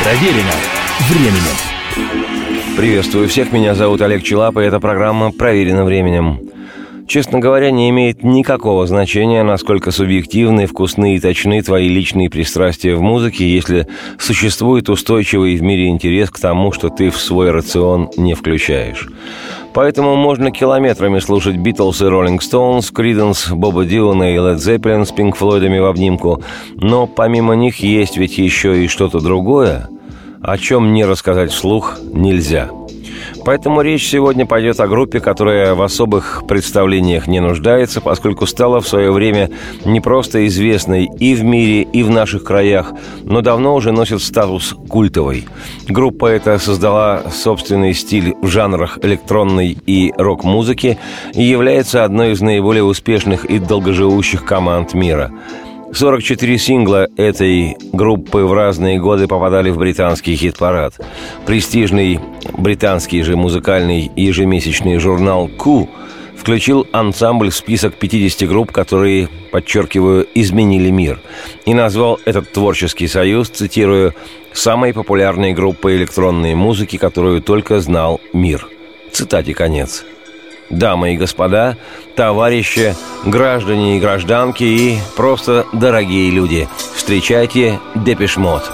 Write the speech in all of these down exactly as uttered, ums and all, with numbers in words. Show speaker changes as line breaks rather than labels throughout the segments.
Проверено временем.
Приветствую всех, меня зовут Олег Челап, и эта программа «Проверено временем». Честно говоря, не имеет никакого значения, насколько субъективны, вкусны и точны твои личные пристрастия в музыке, если существует устойчивый в мире интерес к тому, что ты в свой рацион не включаешь. Поэтому можно километрами слушать Битлз и Роллинг Стоунс, Криденс, Боба Дилана и Лед Зеппелин с Пинк Флойдами в обнимку, но помимо них есть ведь еще и что-то другое, о чем не рассказать вслух нельзя. Поэтому речь сегодня пойдет о группе, которая в особых представлениях не нуждается, поскольку стала в свое время не просто известной и в мире, и в наших краях, но давно уже носит статус культовой. Группа эта создала собственный стиль в жанрах электронной и рок-музыки и является одной из наиболее успешных и долгоживущих команд мира. сорок четыре сингла этой группы в разные годы попадали в британский хит-парад. Престижный британский же музыкальный ежемесячный журнал Q включил ансамбль в список пятидесяти групп, которые, подчеркиваю, изменили мир, и назвал этот творческий союз, цитирую, «самой популярной группой электронной музыки, которую только знал мир». Цитате конец. Дамы и господа, товарищи, граждане и гражданки и просто дорогие люди, встречайте Депеш Мод.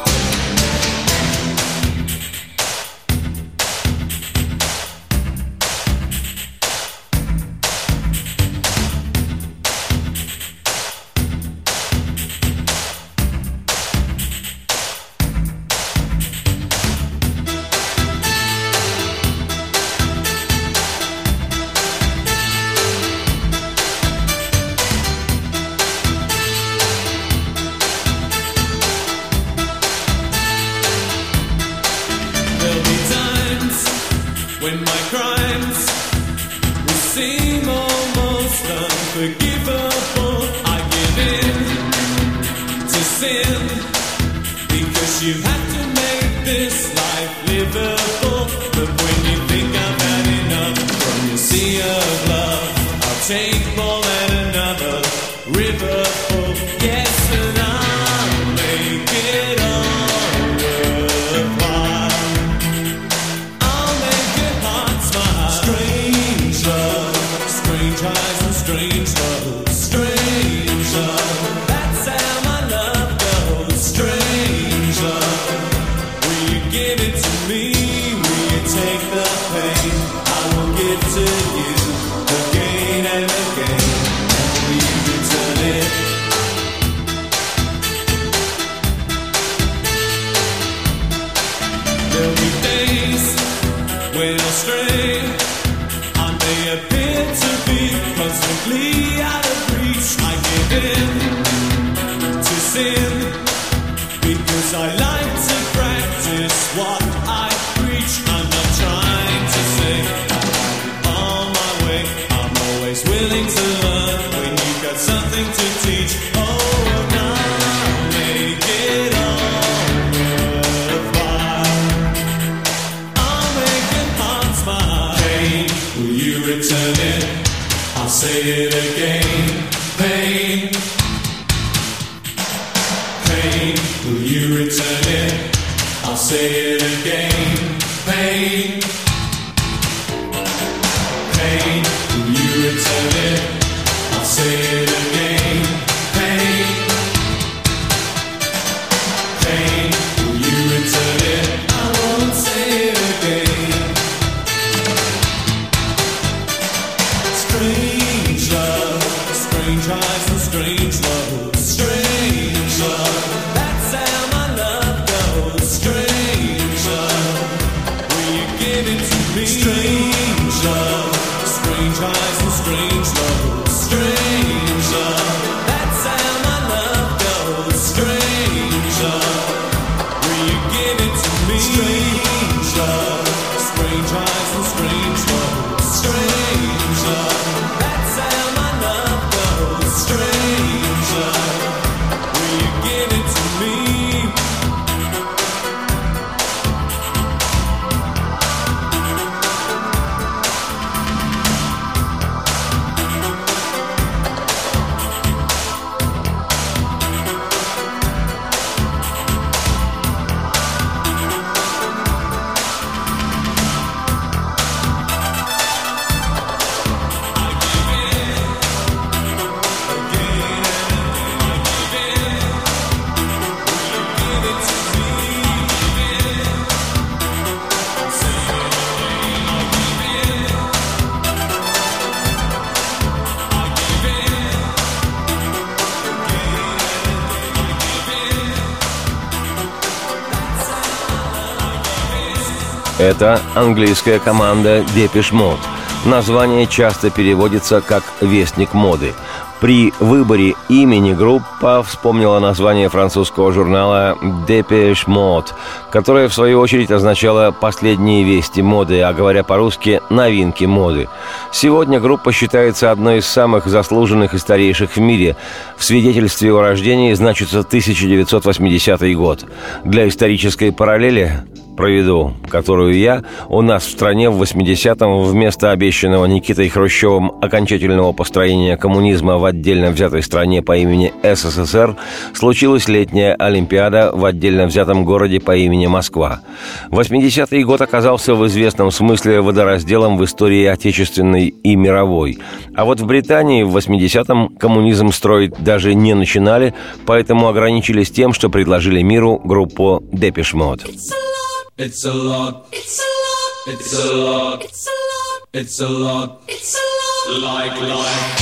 Это английская команда Depeche Mode. Название часто переводится как «Вестник моды». При выборе имени группа вспомнила название французского журнала Depeche Mode, которое в свою очередь означало «последние вести моды», а говоря по-русски «новинки моды». Сегодня группа считается одной из самых заслуженных и старейших в мире. В свидетельстве о рождении значится тысяча девятьсот восьмидесятый год. Для исторической параллели проведу, которую я, у нас в стране в восьмидесятом вместо обещанного Никитой Хрущевым окончательного построения коммунизма в отдельно взятой стране по имени СССР случилась летняя Олимпиада в отдельно взятом городе по имени Москва. восьмидесятый год оказался в известном смысле водоразделом в истории отечественной и мировой. А вот в Британии в восьмидесятом коммунизм строить даже не начинали, поэтому ограничились тем, что предложили миру группу Depeche Mode.
It's a lot. It's a lot. It's a lot. It's a lot. It's a lot. It's a lot. Like life.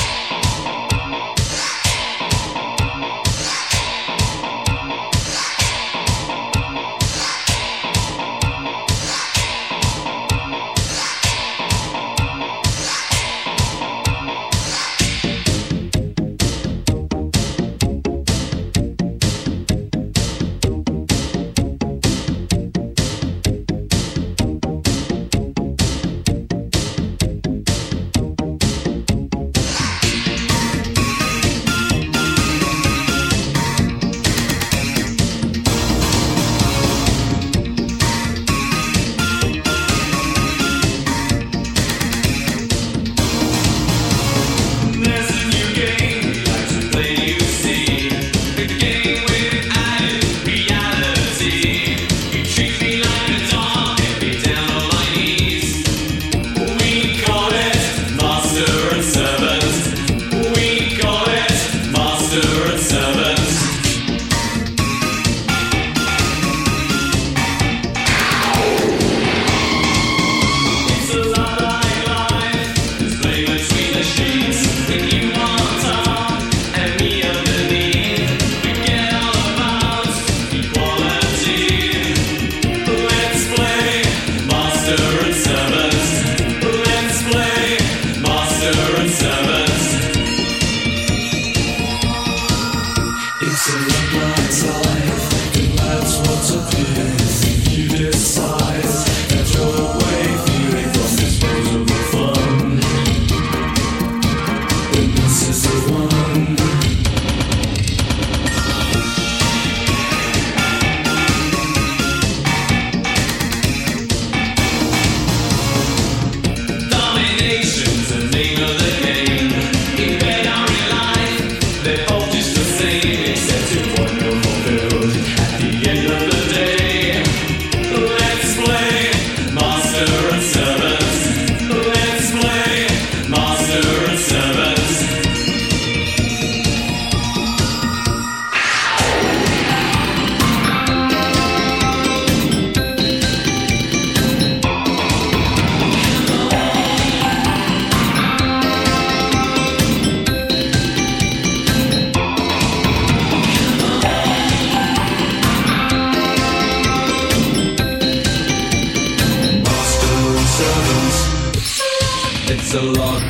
It's a lot.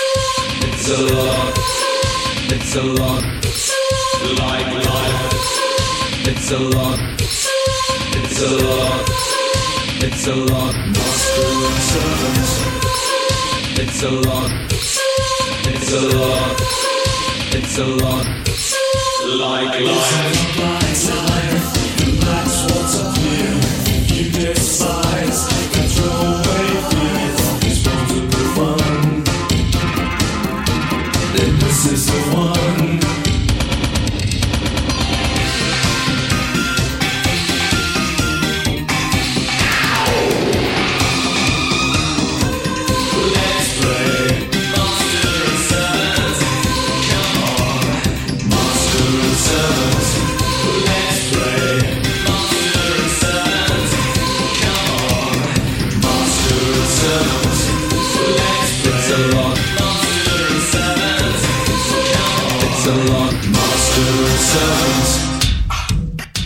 It's a lot. It's a lot. Like life. It's a lot. It's a lot. It's a lot. Master and servants. It's a lot. It's a lot. It's a lot. Like life. Like life. And that's what's up here. You despise. Control away fear from disposable fun. Then this is the one.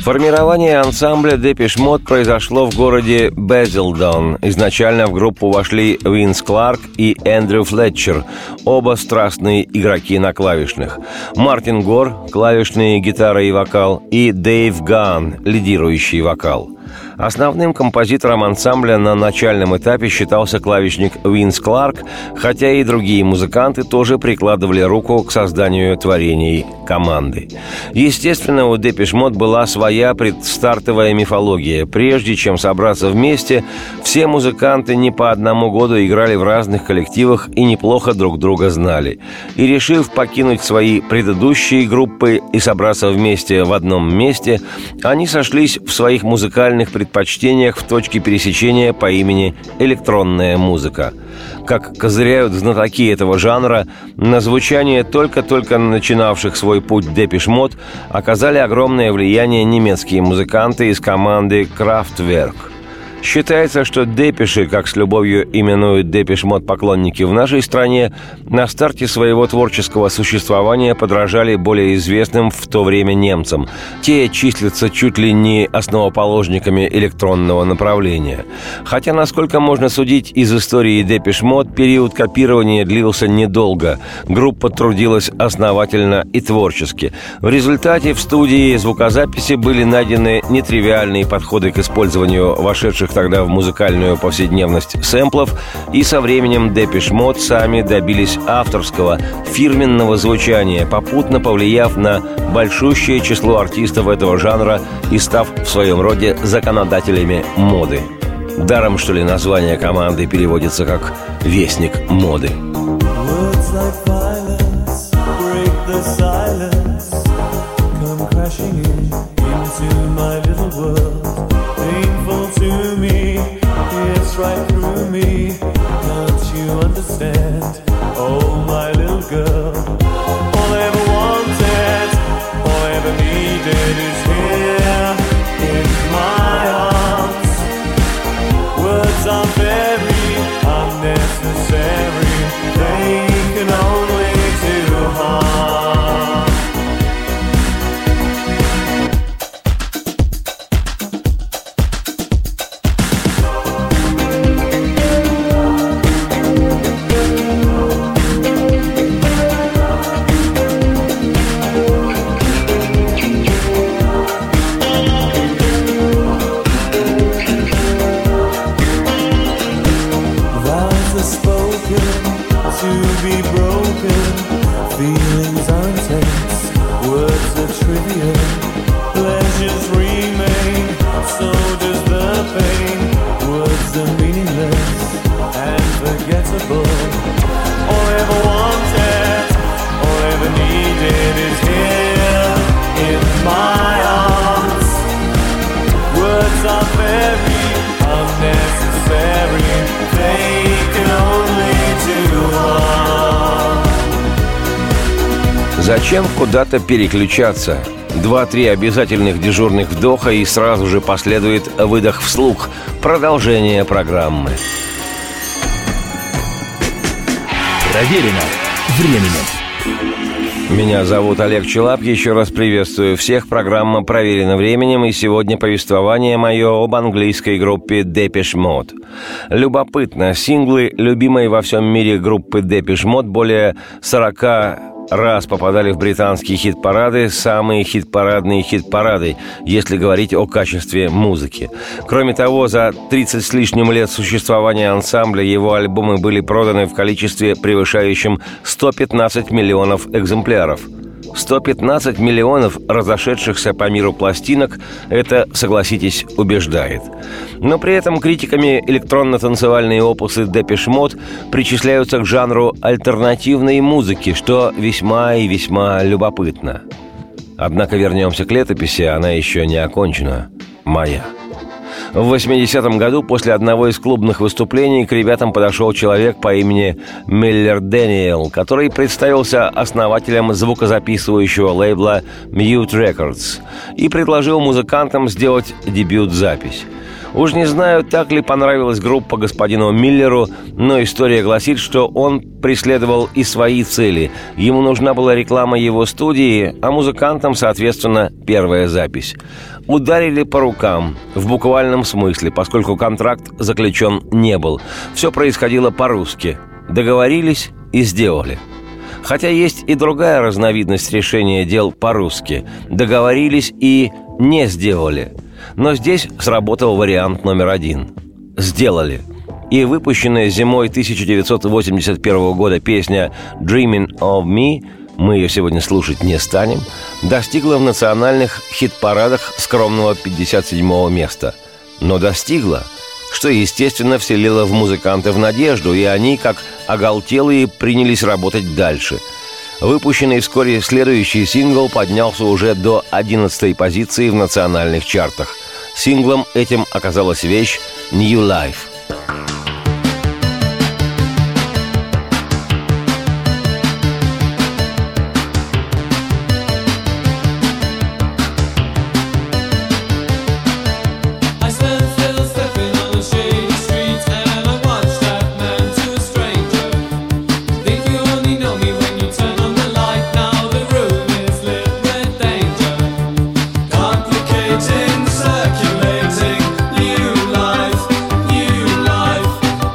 Формирование ансамбля Depeche Mode произошло в городе Безилдон. Изначально в группу вошли Винс Кларк и Эндрю Флетчер, оба страстные игроки на клавишных. Мартин Гор, клавишные, гитара и вокал, и Дэйв Ганн, лидирующий вокал. Основным композитором ансамбля на начальном этапе считался клавишник Винс Кларк, хотя и другие музыканты тоже прикладывали руку к созданию творений команды. Естественно, у Depeche Mode была своя предстартовая мифология. Прежде чем собраться вместе, все музыканты не по одному году играли в разных коллективах и неплохо друг друга знали. И решив покинуть свои предыдущие группы и собраться вместе в одном месте, они сошлись в своих музыкальных предпочтениях предпочтениях в точке пересечения по имени «электронная музыка». Как козыряют знатоки этого жанра, на звучание только-только начинавших свой путь Depeche Mode оказали огромное влияние немецкие музыканты из команды Kraftwerk. Считается, что депеши, как с любовью именуют Depeche Mode поклонники в нашей стране, на старте своего творческого существования подражали более известным в то время немцам. Те числятся чуть ли не основоположниками электронного направления. Хотя, насколько можно судить из истории Depeche Mode, период копирования длился недолго. Группа трудилась основательно и творчески. В результате в студии звукозаписи были найдены нетривиальные подходы к использованию вошедших тогда в музыкальную повседневность сэмплов, и со временем Depeche Mode сами добились авторского, фирменного звучания, попутно повлияв на большущее число артистов этого жанра и став в своем роде законодателями моды. Даром, что ли, название команды переводится как «Вестник моды».
Right through me, don't you understand? Oh, my little girl. All I ever wanted, all I ever needed is here in my arms. Words are very unnecessary, they can only do harm.
Зачем куда-то переключаться? Два-три обязательных дежурных вдоха, и сразу же последует выдох вслух. Продолжение программы.
Проверено временем.
Меня зовут Олег Челап. Еще раз приветствую всех. Программа «Проверено временем», и сегодня повествование мое об английской группе Depeche Mode. Любопытно, синглы любимой во всем мире группы Depeche Mode более сорока раз попадали в британские хит-парады, самые хит-парадные хит-парады, если говорить о качестве музыки. Кроме того, за тридцать с лишним лет существования ансамбля его альбомы были проданы в количестве, превышающем сто пятнадцать миллионов экземпляров. сто пятнадцать миллионов разошедшихся по миру пластинок – это, согласитесь, убеждает. Но при этом критиками электронно-танцевальные опусы Depeche Mode причисляются к жанру альтернативной музыки, что весьма и весьма любопытно. Однако вернемся к летописи, она еще не окончена. Моя. В восьмидесятом году после одного из клубных выступлений к ребятам подошел человек по имени Миллер Дэниел, который представился основателем звукозаписывающего лейбла Mute Records и предложил музыкантам сделать дебют-запись. Уж не знаю, так ли понравилась группа господину Миллеру, но история гласит, что он преследовал и свои цели. Ему нужна была реклама его студии, а музыкантам, соответственно, первая запись. Ударили по рукам, в буквальном смысле, поскольку контракт заключен не был. Все происходило по-русски. Договорились и сделали. Хотя есть и другая разновидность решения дел по-русски. Договорились и не сделали. Но здесь сработал вариант номер один. Сделали. И выпущенная зимой тысяча девятьсот восемьдесят первого года песня «Dreaming of Me», мы ее сегодня слушать не станем, достигла в национальных хит-парадах скромного пятьдесят седьмого места. Но достигла, что, естественно, вселило в музыкантов надежду, и они, как оголтелые, принялись работать дальше. Выпущенный вскоре следующий сингл поднялся уже до одиннадцатой позиции в национальных чартах. Синглом этим оказалась вещь «New Life».
Circulating, new life, new life.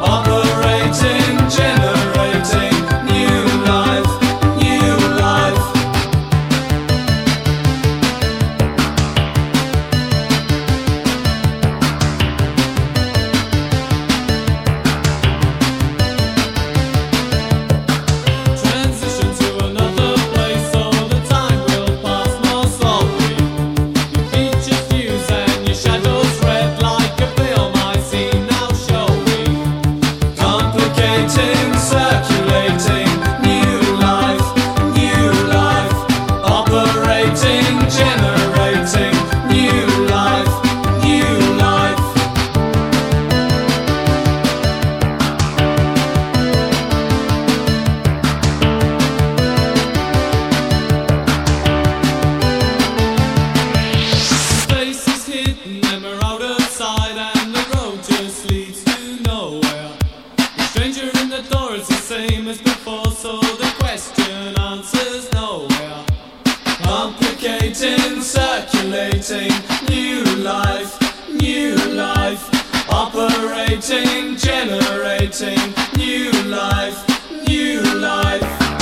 circulating, new life, new life, operating, generating, new life, new life.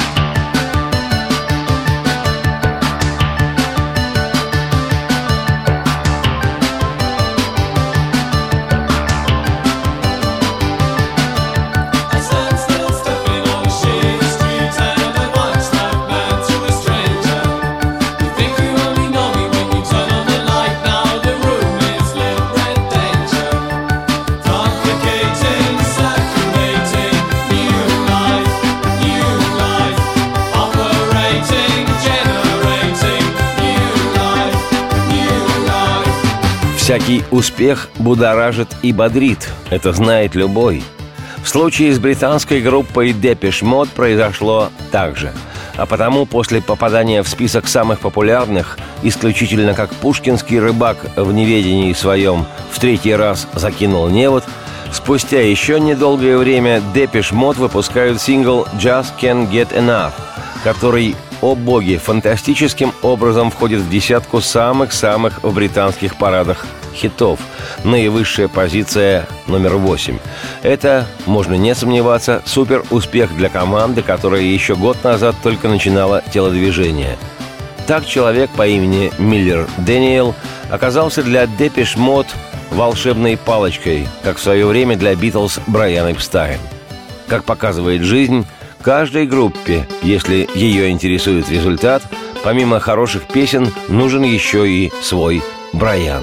Всякий успех будоражит и бодрит. Это знает любой. В случае с британской группой Depeche Mode произошло так же. А потому после попадания в список самых популярных, исключительно как пушкинский рыбак в неведении своем в третий раз закинул невод, спустя еще недолгое время Depeche Mode выпускают сингл «Just Can't Get Enough», который, о боги, фантастическим образом входит в десятку самых-самых в британских парадах хитов. Наивысшая позиция номер восемь. Это, можно не сомневаться, супер успех для команды, которая еще год назад только начинала телодвижение. Так человек по имени Миллер Дэниел оказался для Depeche Mode волшебной палочкой, как в свое время для Битлз Брайан Эпстайн. Как показывает жизнь, каждой группе, если ее интересует результат, помимо хороших песен, нужен еще и свой Брайан.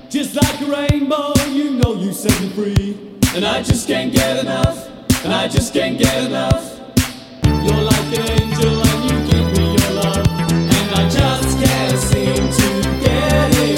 Just like a rainbow, you know you set me free. And I just can't get enough, and I just can't get enough. You're like an angel and you give me your love, and I just can't seem to get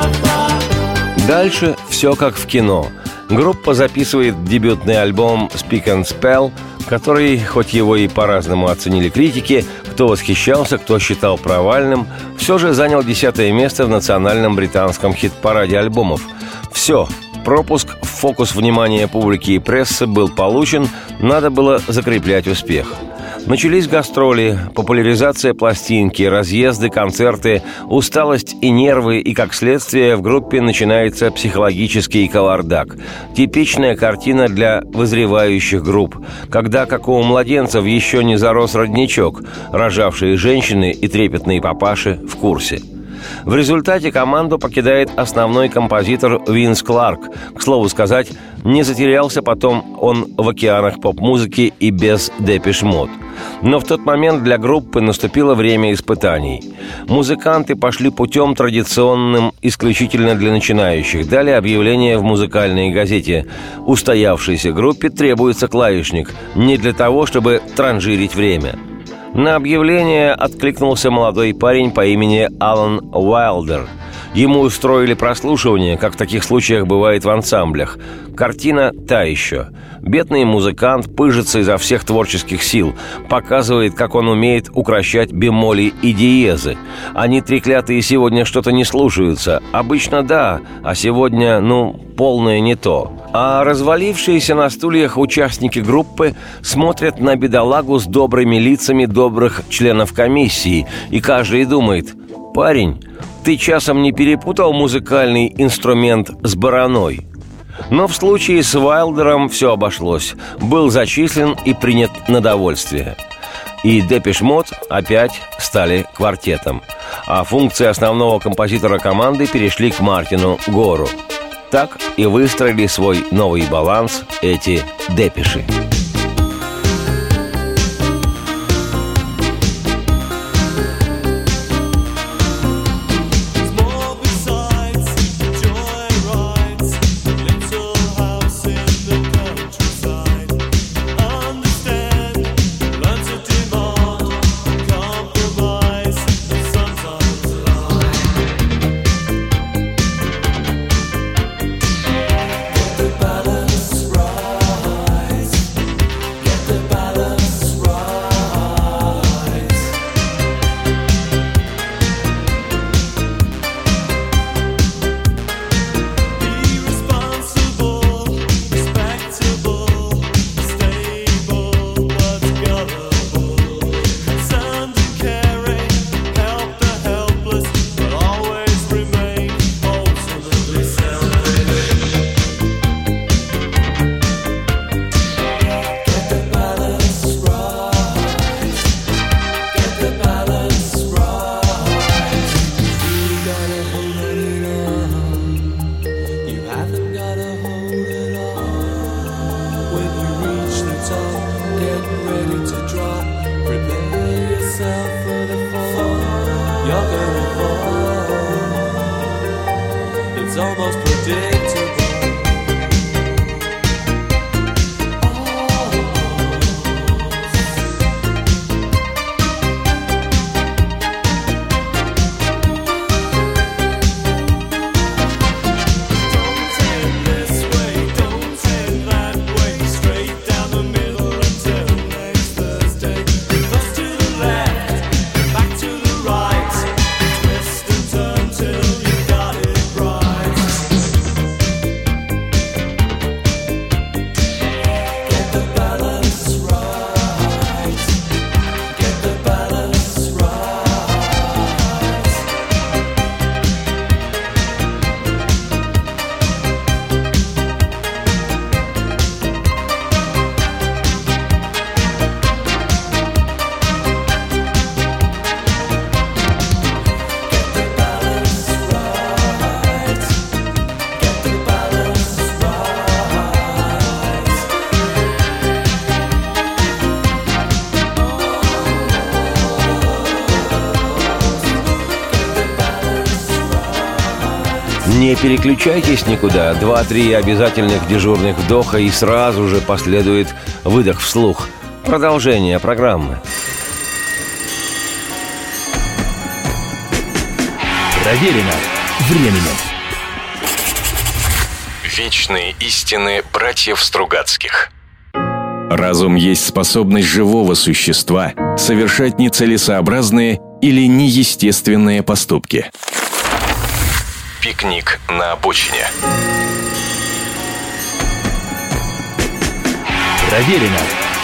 enough.
Дальше все как в кино. Группа записывает дебютный альбом «Speak and Spell», который, хоть его и по-разному оценили критики, кто восхищался, кто считал провальным, все же занял десятое место в национальном британском хит-параде альбомов. Все. Пропуск в фокус внимания публики и прессы был получен, надо было закреплять успех. Начались гастроли, популяризация пластинки, разъезды, концерты, усталость и нервы, и, как следствие, в группе начинается психологический кавардак. Типичная картина для вызревающих групп, когда, как у младенцев, еще не зарос родничок, рожавшие женщины и трепетные папаши в курсе. В результате команду покидает основной композитор Винс Кларк. К слову сказать, не затерялся потом он в океанах поп-музыки и без Депеш Мод. Но в тот момент для группы наступило время испытаний. Музыканты пошли путем традиционным исключительно для начинающих. Дали объявление в музыкальной газете: устоявшейся группе требуется клавишник, не для того, чтобы транжирить время. На объявление откликнулся молодой парень по имени Алан Уайлдер. Ему устроили прослушивание, как в таких случаях бывает в ансамблях. Картина та еще. Бедный музыкант пыжится изо всех творческих сил, показывает, как он умеет укращать бемоли и диезы. Они треклятые сегодня что-то не слушаются. Обычно да, а сегодня, ну, полное не то. А развалившиеся на стульях участники группы смотрят на бедолагу с добрыми лицами добрых членов комиссии, и каждый думает: «Парень, ты часом не перепутал музыкальный инструмент с бараной?» Но в случае с Уайлдером все обошлось. Был зачислен и принят на довольствие. И Депеш Мод опять стали квартетом. А функции основного композитора команды перешли к Мартину Гору. Так и выстроили свой новый баланс эти депеши. Не переключайтесь никуда. Два-три обязательных дежурных вдоха, и сразу же последует выдох вслух. Продолжение программы.
Проверено временем.
Вечные истины братьев Стругацких.
Разум есть способность живого существа совершать нецелесообразные или неестественные поступки.
Пикник на обочине.
Проверено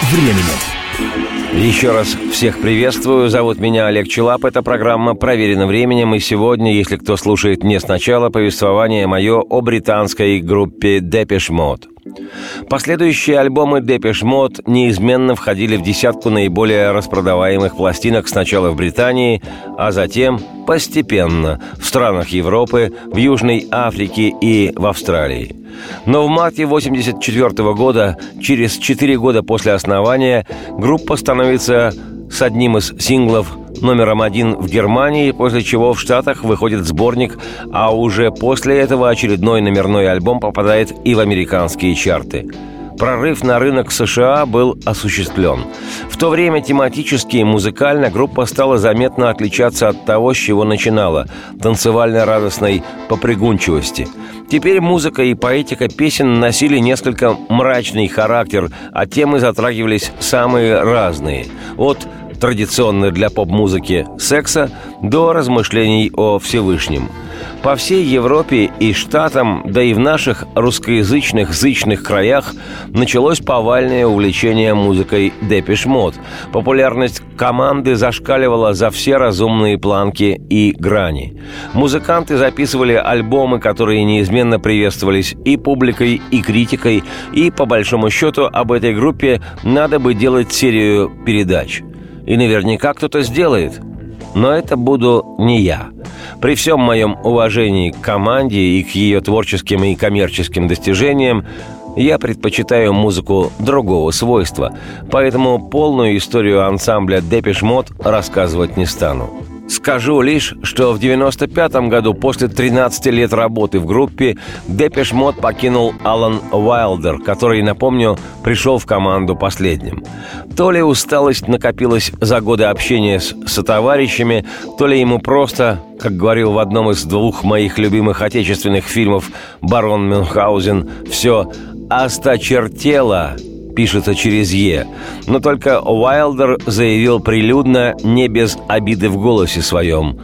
временем.
Еще раз всех приветствую. Зовут меня Олег Челап. Эта программа проверена временем. И сегодня, если кто слушает не сначала, повествование мое о британской группе Depeche Mode. Последующие альбомы Depeche Mode неизменно входили в десятку наиболее распродаваемых пластинок сначала в Британии, а затем постепенно в странах Европы, в Южной Африке и в Австралии. Но в марте восемьдесят четвёртого года, через четыре года после основания, группа становится с одним из синглов номером один в Германии, после чего в Штатах выходит сборник, а уже после этого очередной номерной альбом попадает и в американские чарты. Прорыв на рынок США был осуществлен. В то время тематически и музыкально группа стала заметно отличаться от того, с чего начинала – танцевально-радостной попрыгунчивости. Теперь музыка и поэтика песен носили несколько мрачный характер, а темы затрагивались самые разные – от традиционных для поп-музыки секса до размышлений о Всевышнем. По всей Европе и Штатам, да и в наших русскоязычных зычных краях началось повальное увлечение музыкой Depeche Mode. Популярность команды зашкаливала за все разумные планки и грани. Музыканты записывали альбомы, которые неизменно приветствовались и публикой, и критикой, и, по большому счету, об этой группе надо бы делать серию передач. И наверняка кто-то сделает. Но это буду не я. При всем моем уважении к команде и к ее творческим и коммерческим достижениям, я предпочитаю музыку другого свойства, поэтому полную историю ансамбля Depeche Mode рассказывать не стану. Скажу лишь, что в девяносто пятом году, после тринадцати лет работы в группе, Depeche Mode покинул Алан Уайлдер, который, напомню, пришел в команду последним. То ли усталость накопилась за годы общения с сотоварищами, то ли ему просто, как говорил в одном из двух моих любимых отечественных фильмов «Барон Мюнхгаузен», все осточертело, пишется через «е». Но только Уайлдер заявил прилюдно, не без обиды в голосе своем,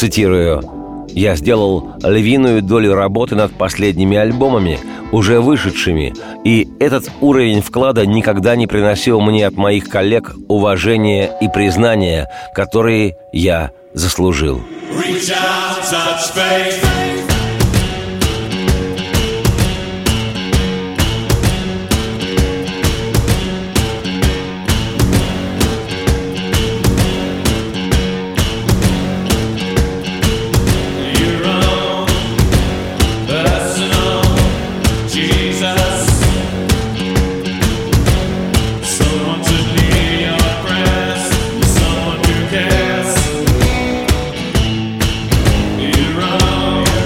цитирую: «Я сделал львиную долю работы над последними альбомами, уже вышедшими, и этот уровень вклада никогда не приносил мне от моих коллег уважения и признания, которые я заслужил».
Reach out, touch faith.
You're wrong.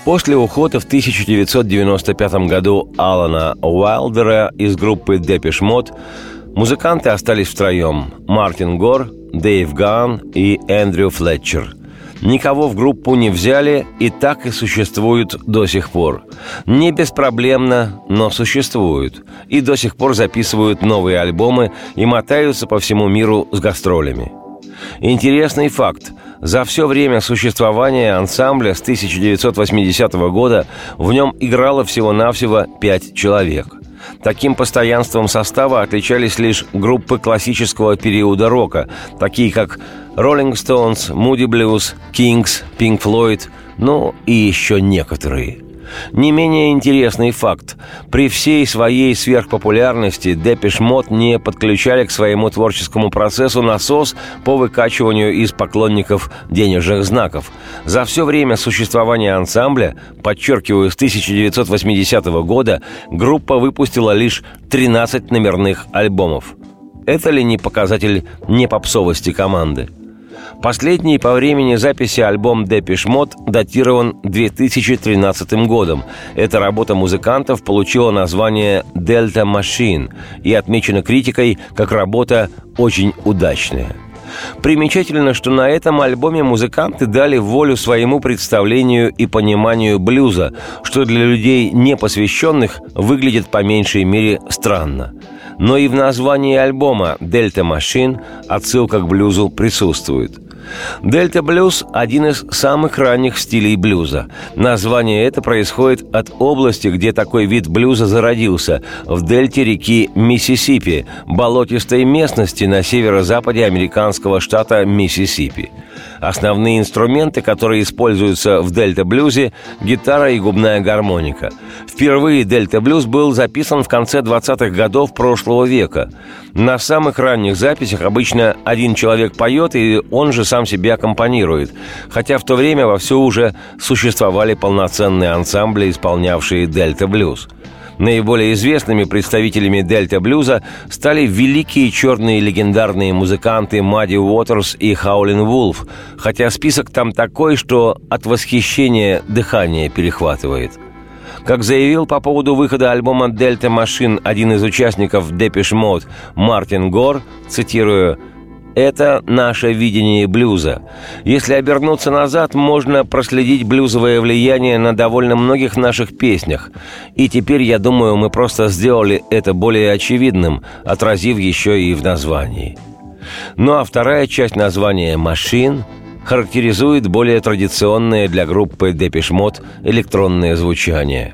После ухода в тысяча девятьсот девяносто пятом году Алана Уайлдера из группы Depeche Mode музыканты остались втроем – Мартин Гор, Дэйв Ганн и Эндрю Флетчер. Никого в группу не взяли и так и существуют до сих пор. Не беспроблемно, но существуют. И до сих пор записывают новые альбомы и мотаются по всему миру с гастролями. Интересный факт. За все время существования ансамбля с тысяча девятьсот восьмидесятого года в нем играло всего-навсего пять человек. Таким постоянством состава отличались лишь группы классического периода рока, такие как Rolling Stones, Moody Blues, Kings, Pink Floyd, ну и еще некоторые. Не менее интересный факт. При всей своей сверхпопулярности Depeche Mode не подключали к своему творческому процессу насос по выкачиванию из поклонников денежных знаков. За все время существования ансамбля, подчеркиваю, с тысяча девятьсот восьмидесятого года, группа выпустила лишь тринадцать номерных альбомов. Это ли не показатель непопсовости команды? Последний по времени записи альбом Depeche Mode датирован две тысячи тринадцатым годом. Эта работа музыкантов получила название «Delta Machine» и отмечена критикой как работа очень удачная. Примечательно, что на этом альбоме музыканты дали волю своему представлению и пониманию блюза, что для людей непосвященных выглядит по меньшей мере странно. Но и в названии альбома «Delta Machine» отсылка к блюзу присутствует. Дельта-блюз – один из самых ранних стилей блюза. Название это происходит от области, где такой вид блюза зародился – в дельте реки Миссисипи, болотистой местности на северо-западе американского штата Миссисипи. Основные инструменты, которые используются в дельта-блюзе – гитара и губная гармоника. Впервые дельта-блюз был записан в конце двадцатых годов прошлого века. На самых ранних записях обычно один человек поет, и он же сам себе аккомпанирует, хотя в то время вовсю уже существовали полноценные ансамбли, исполнявшие дельта-блюз. Наиболее известными представителями дельта-блюза стали великие черные легендарные музыканты Мадди Уотерс и Хаулин Вулф, хотя список там такой, что от восхищения дыхание перехватывает. Как заявил по поводу выхода альбома «Delta Machine» один из участников Depeche Mode Мартин Гор, цитирую, «Это наше видение блюза. Если обернуться назад, можно проследить блюзовое влияние на довольно многих наших песнях. И теперь, я думаю, мы просто сделали это более очевидным, отразив еще и в названии». Ну а вторая часть названия «Machine» характеризует более традиционное для группы Depeche Mode электронное звучание.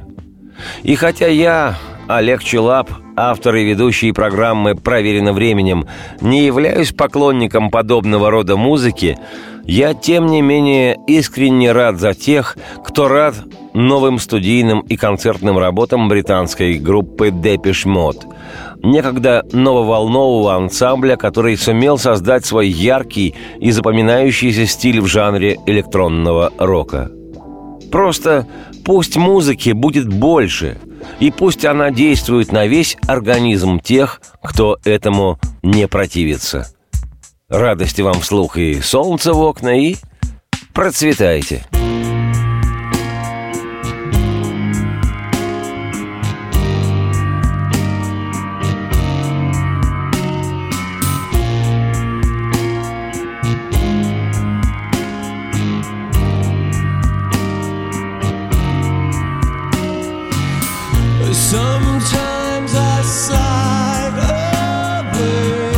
И хотя я, Олег Челап, автор и ведущий программы «Проверено временем», не являюсь поклонником подобного рода музыки, я, тем не менее, искренне рад за тех, кто рад новым студийным и концертным работам британской группы Depeche Mode, некогда нововолнового ансамбля, который сумел создать свой яркий и запоминающийся стиль в жанре электронного рока. Просто пусть музыки будет больше, и пусть она действует на весь организм тех, кто этому не противится. Радости вам вслух и солнца в окна, и процветайте!
Sometimes I sigh away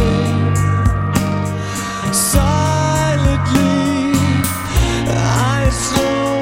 silently. I slow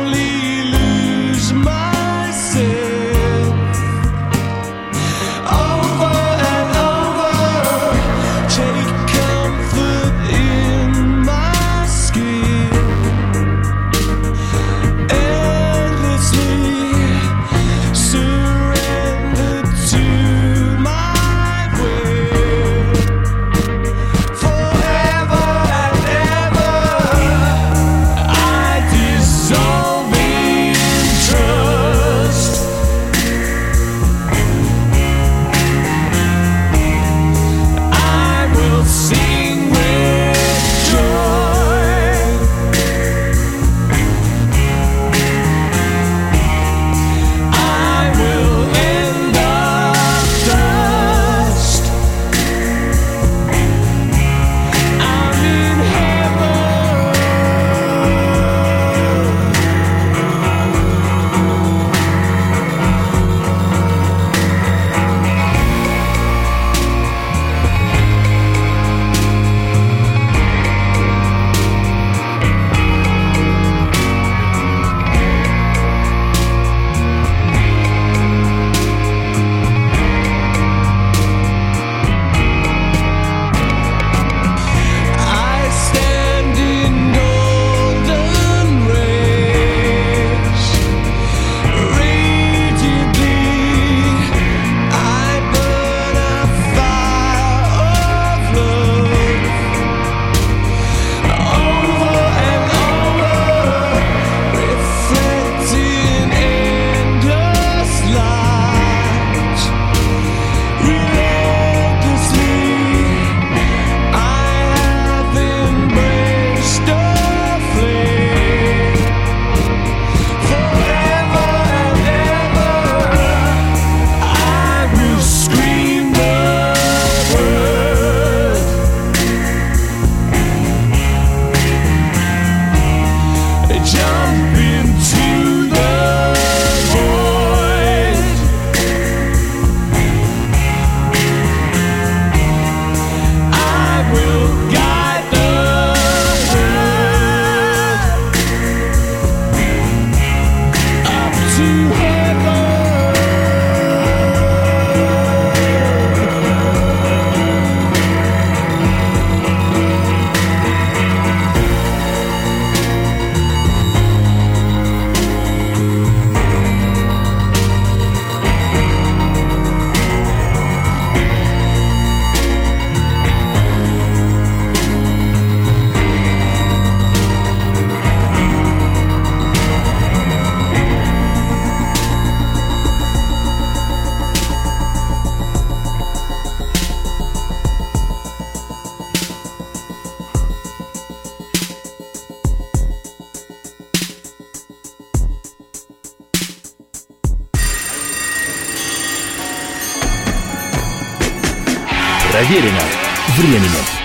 Проверено временем.